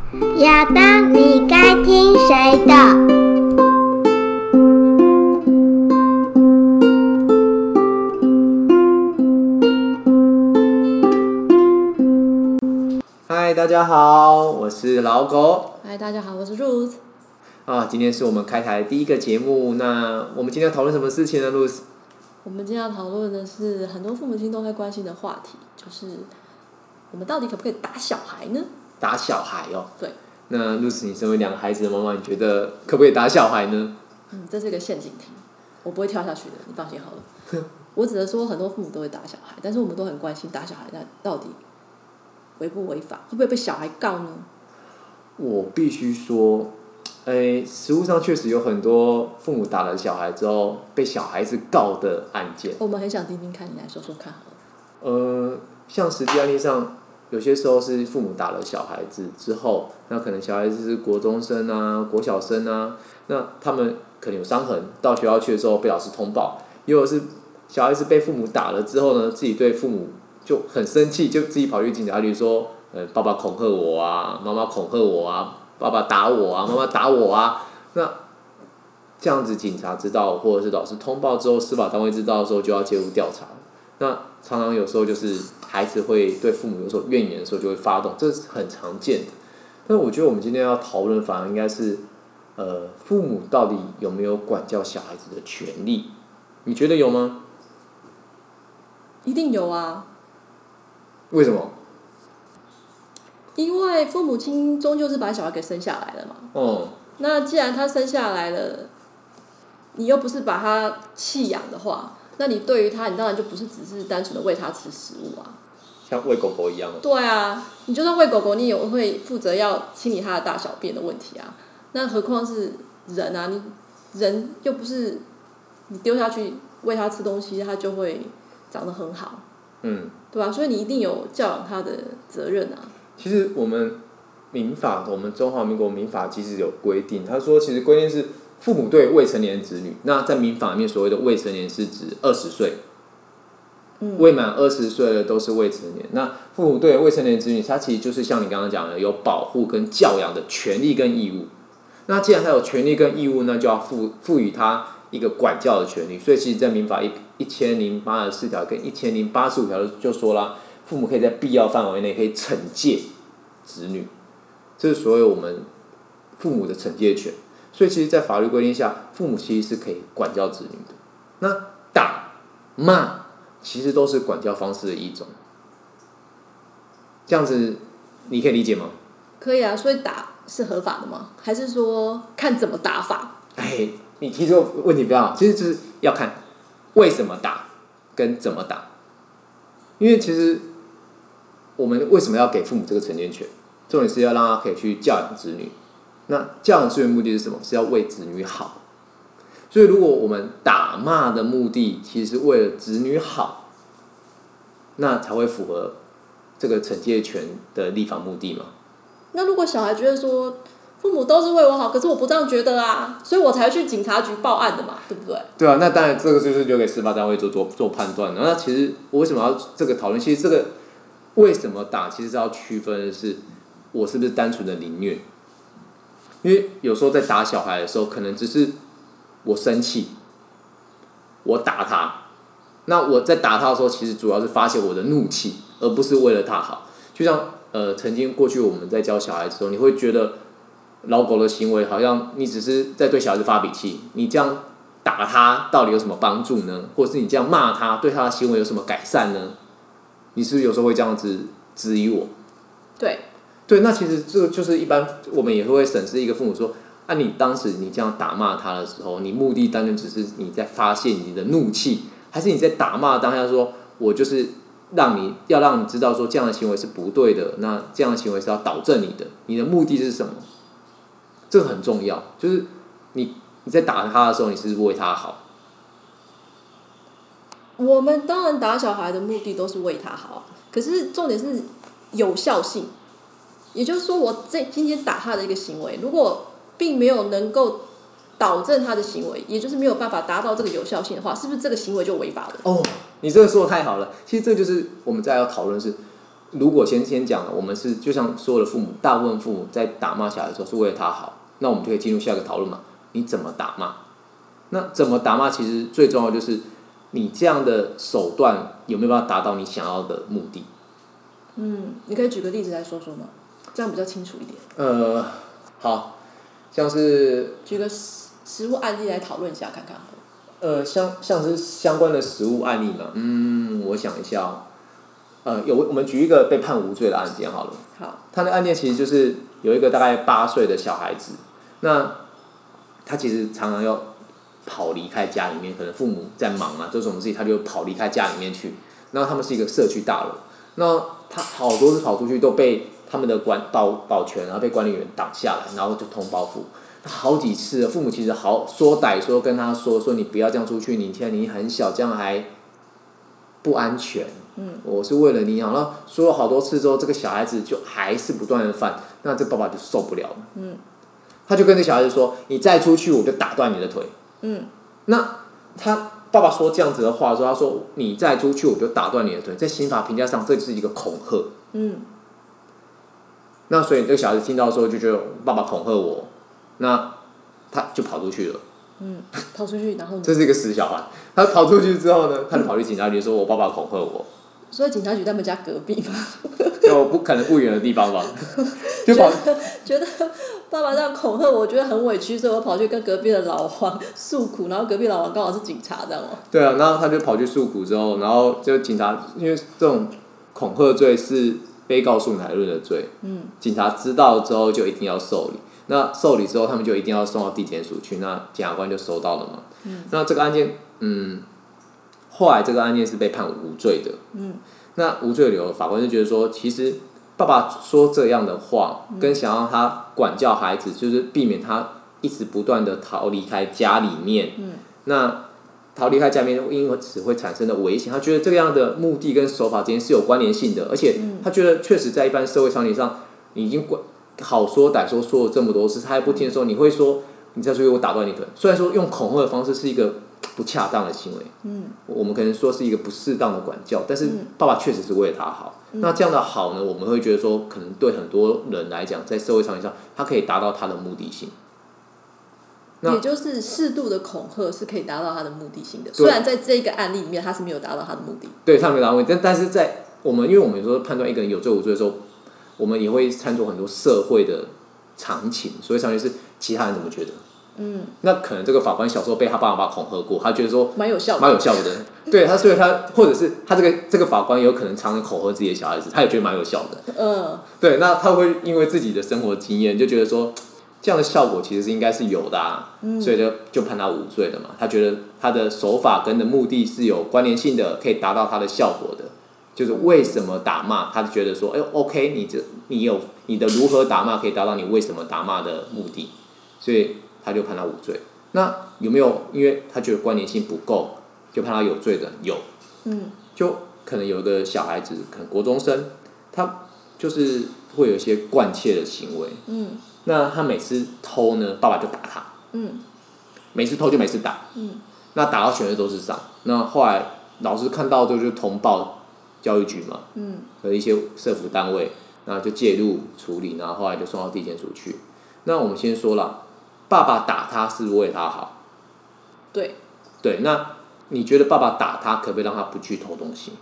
亚当，你该听谁的？ 嗨，大家好，我是老狗。 嗨，大家好，我是 Ruth。 今天是我们开台的第一个节目，那我们今天要讨论什么事情呢 ，Ruth？ 我们今天要讨论的是很多父母亲都会关心的话题，就是我们到底可不可以打小孩呢？ 打小孩哦。 对。 那 Ruth， 你身为2个孩子的妈妈，你觉得可不可以打小孩呢？ 这是一个陷阱题，我不会跳下去的，你放心好了。我只能说很多父母都会打小孩，但是我们都很关心打小孩到底违不违法，会不会被小孩告呢？ 我必须说，实务上确实有很多父母打了小孩之后被小孩子告的案件。 我们很想听听看，你来说说看好了。 像实际案例上，有些时候是父母打了小孩子之后，那可能小孩子是国中生啊、国小生啊，那他们可能有伤痕，到学校去的时候被老师通报，也有是小孩子被父母打了之后呢，自己对父母就很生气，就自己跑去警察局说，爸爸恐吓我啊，妈妈恐吓我啊，爸爸打我啊，妈妈打我啊，那这样子警察知道，或者是老师通报之后，司法单位知道的时候就要介入调查。那常常有时候就是孩子会对父母有所怨言的时候就会发动，这是很常见的。但我觉得我们今天要讨论反而应该是，父母到底有没有管教小孩子的权利？你觉得有吗？ 一定有啊。 为什么？ 因为父母亲终究是把小孩给生下来了嘛。那既然他生下来了，你又不是把他弃养的话，那你对于他，你当然就不是只是单纯的喂他吃食物啊。 像喂狗狗一样。 对啊，你就算喂狗狗，你也会负责要清理它的大小便的问题啊。那何况是人啊，你人又不是你丢下去喂他吃东西，他就会长得很好。对吧？所以你一定有教养他的责任啊。 其实我们民法，我们中华民国民法其实有规定，他说其实规定是父母对未成年子女，那在民法里面所谓的未成年是指20岁，未满20岁的都是未成年。那父母对未成年子女，他其实就是像你刚刚讲的，有保护跟教养的权利跟义务。那既然他有权利跟义务，那就要赋予他一个管教的权利。所以其实在民法1084条跟1085条就说啦，父母可以在必要范围内可以惩戒子女，这是所谓我们父母的惩戒权。所以其实在法律规定下，父母其实是可以管教子女的。那打骂其实都是管教方式的一种，这样子你可以理解吗？ 可以啊，所以打是合法的吗？还是说看怎么打法？ 你提出问题比较好，其实就是要看为什么打跟怎么打。因为其实我们为什么要给父母这个惩戒权？重点是要让他可以去教养子女。那教养子女的目的是什么？是要为子女好。所以如果我们打骂的目的其实是为了子女好，那才会符合这个惩戒权的立法目的嘛。 那如果小孩觉得说父母都是为我好，可是我不这样觉得啊，所以我才去警察局报案的嘛，对不对？ 对啊，那当然这个就是留给司法单位做判断的。那其实我为什么要这个讨论？其实这个为什么打，其实是要区分的是我是不是单纯的凌虐。因为有时候在打小孩的时候，可能只是我生气，我打他。那我在打他的时候，其实主要是发泄我的怒气，而不是为了他好。就像曾经过去我们在教小孩的时候，你会觉得老狗的行为好像你只是在对小孩子发脾气，你这样打他到底有什么帮助呢？或者是你这样骂他，对他的行为有什么改善呢？你是不是有时候会这样子质疑我？对，那其实这个就是一般我们也会审视一个父母说，你当时你这样打骂他的时候，你目的单纯只是你在发泄你的怒气，还是你在打骂当下说，我就是让你知道说这样的行为是不对的，那这样的行为是要导正你的，你的目的是什么？这个很重要，就是你在打他的时候，你是为他好。 我们当然打小孩的目的都是为他好，可是重点是有效性。也就是说，我今天打他的一个行为，如果并没有能够导正他的行为，也就是没有办法达到这个有效性的话，是不是这个行为就违法了？ 你这个说的太好了。其实这就是我们在要讨论是， 如果先讲了，我们是就像所有的父母，大部分父母在打骂小孩的时候是为了他好，那我们就可以进入下一个讨论嘛，你怎么打骂？那怎么打骂其实最重要就是你这样的手段有没有办法达到你想要的目的？ 你可以举个例子来说说吗？这样比较清楚一点。 好，像是举个实物案例来讨论一下看看。 像是相关的实务案例嘛，我想一下我们举一个被判无罪的案件好了。 好。 他的案件其实就是有一个大概8岁的小孩子，那他其实常常要跑离开家里面，可能父母在忙啊，做什么事情他就跑离开家里面去。然后他们是一个社区大楼，那他好多次跑出去都被他们的保全然后被管理员挡下来，然后就通报父母。好几次了，父母其实说歹说跟他说你不要这样出去，你现在你很小，这样还不安全。我是为了你好，然后说了好多次之后，这个小孩子就还是不断的犯，那这爸爸就受不了了。他就跟这小孩子说，你再出去我就打断你的腿。那他爸爸说这样子的话的时候，他说你再出去我就打断你的腿，在刑法评价上这就是一个恐吓。那所以这个小孩子听到的时候就觉得爸爸恐吓我，那他就跑出去了。 跑出去然后呢？ 这是一个死小孩，他跑出去之后呢，他就跑去警察局说我爸爸恐吓我。 所以警察局在他们家隔壁吗？ 就可能不远的地方吧。就跑觉得爸爸这样恐吓我，觉得很委屈，所以我跑去跟隔壁的老王诉苦，然后隔壁老王刚好是警察，这样吗？ 对啊，然后他就跑去诉苦之后，然后就警察因为这种恐吓罪是非告诉乃论的罪，警察知道之后就一定要受理，那受理之后他们就一定要送到地检署去，那检察官就收到了嘛。那这个案件，后来这个案件是被判无罪的。那无罪的理由，法官就觉得说，其实爸爸说这样的话，跟想让他管教孩子，就是避免他一直不断的逃离开家里面。那逃离开家里面，因此会产生的危险，他觉得这样的目的跟手法之间是有关联性的，而且他觉得确实在一般社会常理上，你已经好说歹说说了这么多次，他还不听的时候，你会说你再出去我打断你腿。虽然说用恐吓的方式是一个不恰当的行为，我们可能说是一个不适当的管教，但是爸爸确实是为了他好。那这样的好呢，我们会觉得说，可能对很多人来讲，在社会常理上，他可以达到他的目的性。 也就是适度的恐吓是可以达到他的目的性的，虽然在这个案例里面他是没有达到他的目的。 对，他没有达到目的，但是在因为我们有时候判断一个人有罪无罪的时候，我们也会参照很多社会的常情，所以常情是其他人怎么觉得。那可能这个法官小时候被他爸爸恐吓过，他觉得说蛮有效的，对他，所以他或者是他这个法官有可能常常恐吓自己的小孩子，他也觉得蛮有效的。对，那他会因为自己的生活经验就觉得说，这样的效果其实是应该是有的啊，所以就判他无罪了嘛。他觉得他的手法跟的目的是有关联性的，可以达到他的效果的。就是为什么打骂，他觉得说，OK， 你的如何打骂可以达到你为什么打骂的目的，所以他就判他无罪。那有没有因为他觉得关联性不够，就判他有罪的？有。就可能有一个小孩子，可能国中生，他就是会有一些惯窃的行为。那他每次偷呢，爸爸就打他。每次偷就每次打。那打到全身都是伤。那后来老师看到之后就通报教育局嘛，和一些社福单位，那就介入处理，然后后来就送到地检署去。那我们先说了，爸爸打他是为他好。对。那你觉得爸爸打他可不可以让他不去偷东西？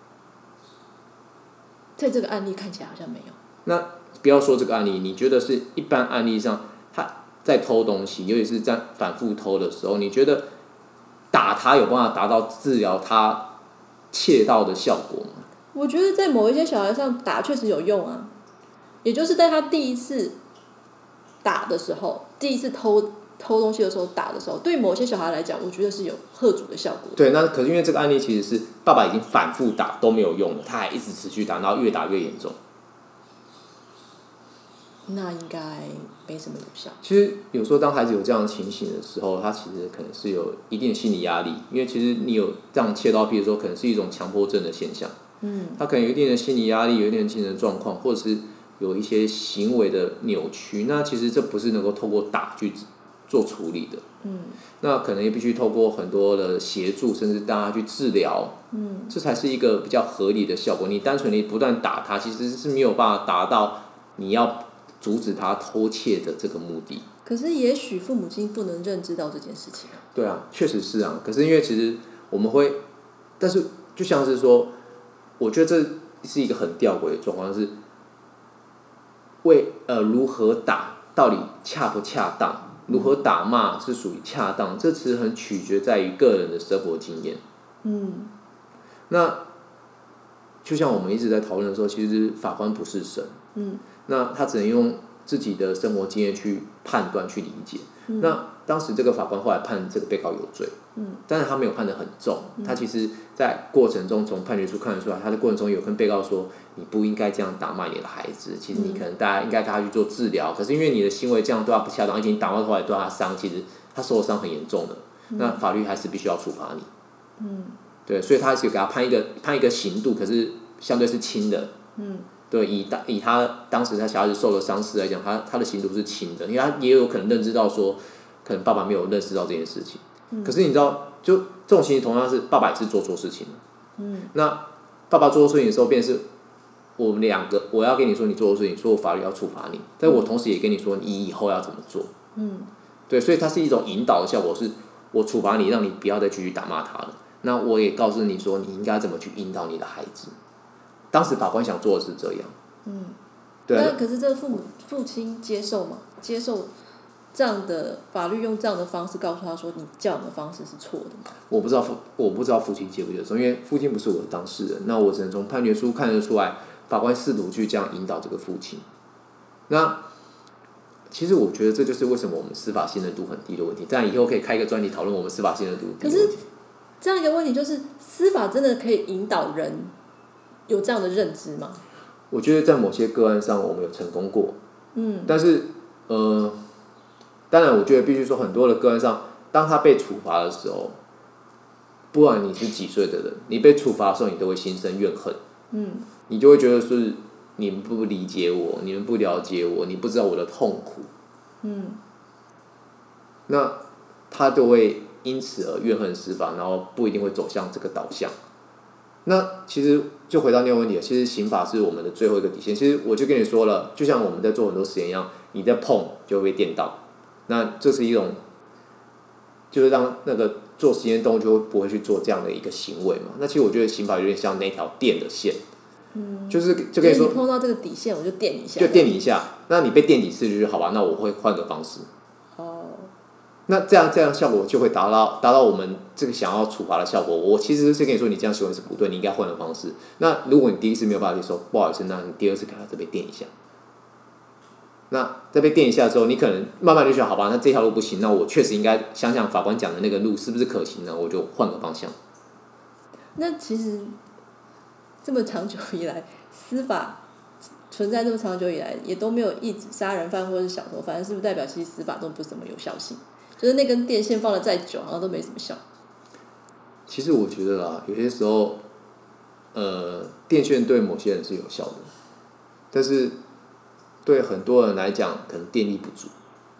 在这个案例看起来好像没有。 那不要说这个案例，你觉得是一般案例上他在偷东西，尤其是在反复偷的时候，你觉得打他有办法达到治疗他窃盗的效果吗？ 我觉得在某一些小孩上打确实有用啊，也就是在他第一次打的时候，第一次偷东西的时候打的时候，对某些小孩来讲，我觉得是有吓阻的效果。 对，那可是因为这个案例其实是爸爸已经反复打都没有用了，他还一直持续打，然后越打越严重。 那应该没什么有效。 其实有时候当孩子有这样的情形的时候，他其实可能是有一定的心理压力，因为其实你有这样窃盗癖的时候，可能是一种强迫症的现象。他可能有一定的心理压力，有一定的精神状况，或者是有一些行为的扭曲。那其实这不是能够透过打去做处理的。那可能也必须透过很多的协助，甚至大家去治疗，这才是一个比较合理的效果。你单纯你不断打他，其实是没有办法达到你要阻止他偷窃的这个目的。 可是也许父母亲不能认知到这件事情。 对啊，确实是啊。可是因为其实我们会，但是就像是说，我觉得这是一个很吊诡的状况，是如何打到底恰不恰当，如何打骂是属于恰当，这其实很取决在于个人的生活经验。那就像我们一直在讨论的时候，其实法官不是神，那他只能用自己的生活经验去判断、去理解。那当时这个法官后来判这个被告有罪，但是他没有判得很重，他其实在过程中从判决书看得出来，他的过程中有跟被告说，你不应该这样打骂你的孩子，其实你可能大家应该带他去做治疗，可是因为你的行为这样对他不恰当，而且你打到后来对他伤，其实他受的伤很严重的，那法律还是必须要处罚你。对，所以他是给他判一个刑度，可是相对是轻的。对，以他当时他小孩子受了伤势来讲，他的刑度是轻的，因为他也有可能认知到说，可能爸爸没有认识到这件事情。可是你知道，就这种情形同样是爸爸也是做错事情了。那爸爸做错事情的时候，便是我们两个，我要跟你说你做错事情，所以我法律要处罚你，但我同时也跟你说你以后要怎么做。对，所以它是一种引导的效果，是我处罚你，让你不要再继续打骂他了。那我也告诉你说，你应该怎么去引导你的孩子。当时法官想做的是这样。对。 那可是这个父亲接受吗？接受这样的法律用这样的方式告诉他说，你这样的方式是错的吗？ 我不知道父亲接不接受，因为父亲不是我的当事人，那我只能从判决书看得出来，法官试图去这样引导这个父亲。那其实我觉得这就是为什么我们司法信任度很低的问题，这样以后可以开一个专题讨论我们司法信任度低的问题。 可是这样一个问题就是，司法真的可以引导人有这样的认知吗？ 我觉得在某些个案上我们有成功过，但是当然我觉得必须说很多的个案上，当他被处罚的时候，不管你是几岁的人，你被处罚的时候，你都会心生怨恨，你就会觉得是你们不理解我，你们不了解我，你不知道我的痛苦，那他就会因此而怨恨司法，然后不一定会走向这个导向。那其实就回到那个问题了，其实刑法是我们的最后一个底线。其实我就跟你说了，就像我们在做很多实验一样，你在碰就会被电到，那这是一种就是让那个做实验动物就不会去做这样的一个行为嘛。那其实我觉得刑法有点像那条电的线，就跟你说， 你碰到这个底线我就电你一下， 就电你一下，那你被电几次就是好吧，那我会换个方式。那这样效果就会达到我们这个想要处罚的效果。我其实是跟你说，你这样行为是不对，你应该换个方式。那如果你第一次没有办法接受，不好意思，那你第二次可能再被电一下。那在被电一下之后，你可能慢慢就想，好吧，那这条路不行，那我确实应该想想法官讲的那个路是不是可行呢？我就换个方向。 那其实这么长久以来，司法存在这么长久以来，也都没有抑制杀人犯或者是小偷犯，是不是代表其实司法都不是什么有效性？就是那根电线放了再久，好像都没什么效。 其实我觉得啦，有些时候，电线对某些人是有效的，但是对很多人来讲，可能电力不足。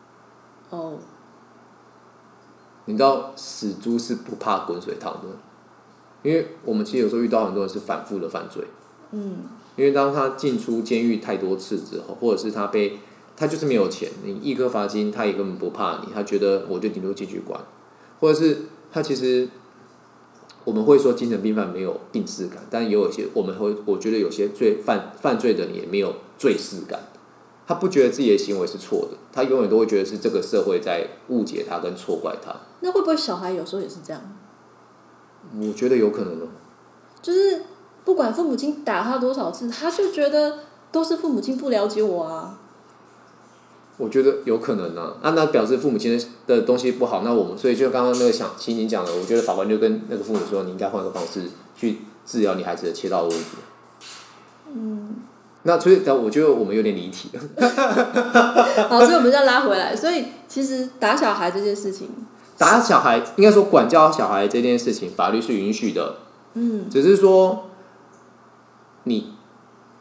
你知道死猪是不怕滚水烫的，因为我们其实有时候遇到很多人是反复的犯罪。因为当他进出监狱太多次之后，或者是他就是没有钱，你一颗罚金他也根本不怕你，他觉得我就顶多进去关，或者是他其实我们会说精神病犯没有病识感，但也有一些我觉得有些犯罪的人也没有罪识感，他不觉得自己的行为是错的，他永远都会觉得是这个社会在误解他跟错怪他。 那会不会小孩有时候也是这样？ 我觉得有可能哦， 就是不管父母亲打他多少次，他就觉得都是父母亲不了解我啊。 我觉得有可能啊，那表示父母亲的东西不好，那我们所以就刚刚那个情景讲的，我觉得法官就跟那个父母说，你应该换个方式去治疗你孩子的切到的问题。那所以我觉得我们有点离题了。 好，所以我们要拉回来，所以其实打小孩这件事情， 打小孩应该说管教小孩这件事情，法律是允许的。只是说你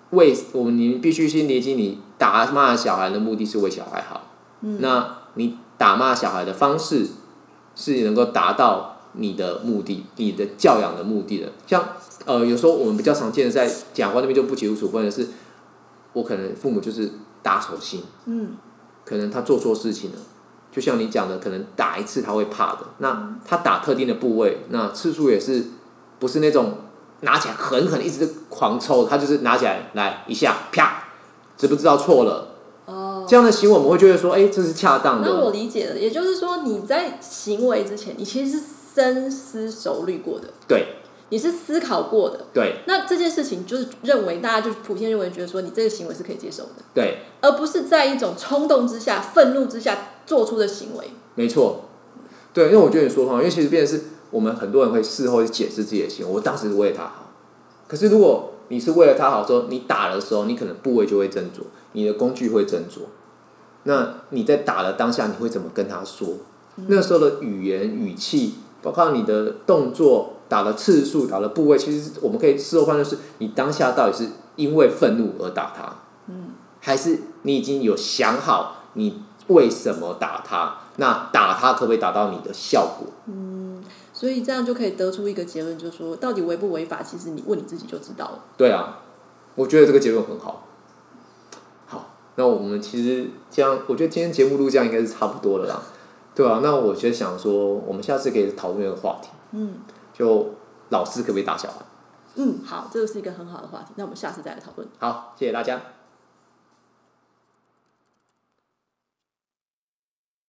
必须先理解，你打骂小孩的目的是为小孩好。那你打骂小孩的方式是能够达到你的目的，你的教养的目的的。像有时候我们比较常见的在检察官那边就不起诉处分的是，我可能父母就是打手心，可能他做错事情了，就像你讲的，可能打一次他会怕的，那他打特定的部位，那次数也是不是那种拿起来狠狠一直狂抽，他就是拿起来来一下啪，知不知道错了？这样的行为我们会觉得说，这是恰当的。 那我理解了，也就是说你在行为之前，你其实是深思熟虑过的。 对。 你是思考过的。 对。 那这件事情就是大家就普遍认为觉得说你这个行为是可以接受的。 对。 而不是在一种冲动之下、愤怒之下做出的行为。 没错。对，因为我觉得你说的话，因为其实变成是我们很多人会事后去解释自己的行为，我当时是为了他好。可是如果你是为了他好之后，你打的时候，你可能部位就会斟酌，你的工具会斟酌。那你在打的当下，你会怎么跟他说？那时候的语言语气，包括你的动作、打的次数、打的部位，其实我们可以事后判断是你当下到底是因为愤怒而打他，还是你已经有想好你为什么打他？那打他可不可以达到你的效果？ 所以这样就可以得出一个结论，就是说到底违不违法，其实你问你自己就知道了。 对啊，我觉得这个结论很好。好，那我们其实这样，我觉得今天节目录这样应该是差不多了啦。对啊，那我就想说，我们下次可以讨论一个话题。就老师可不可以打小孩？ 好，这个是一个很好的话题，那我们下次再来讨论。 好，谢谢大家。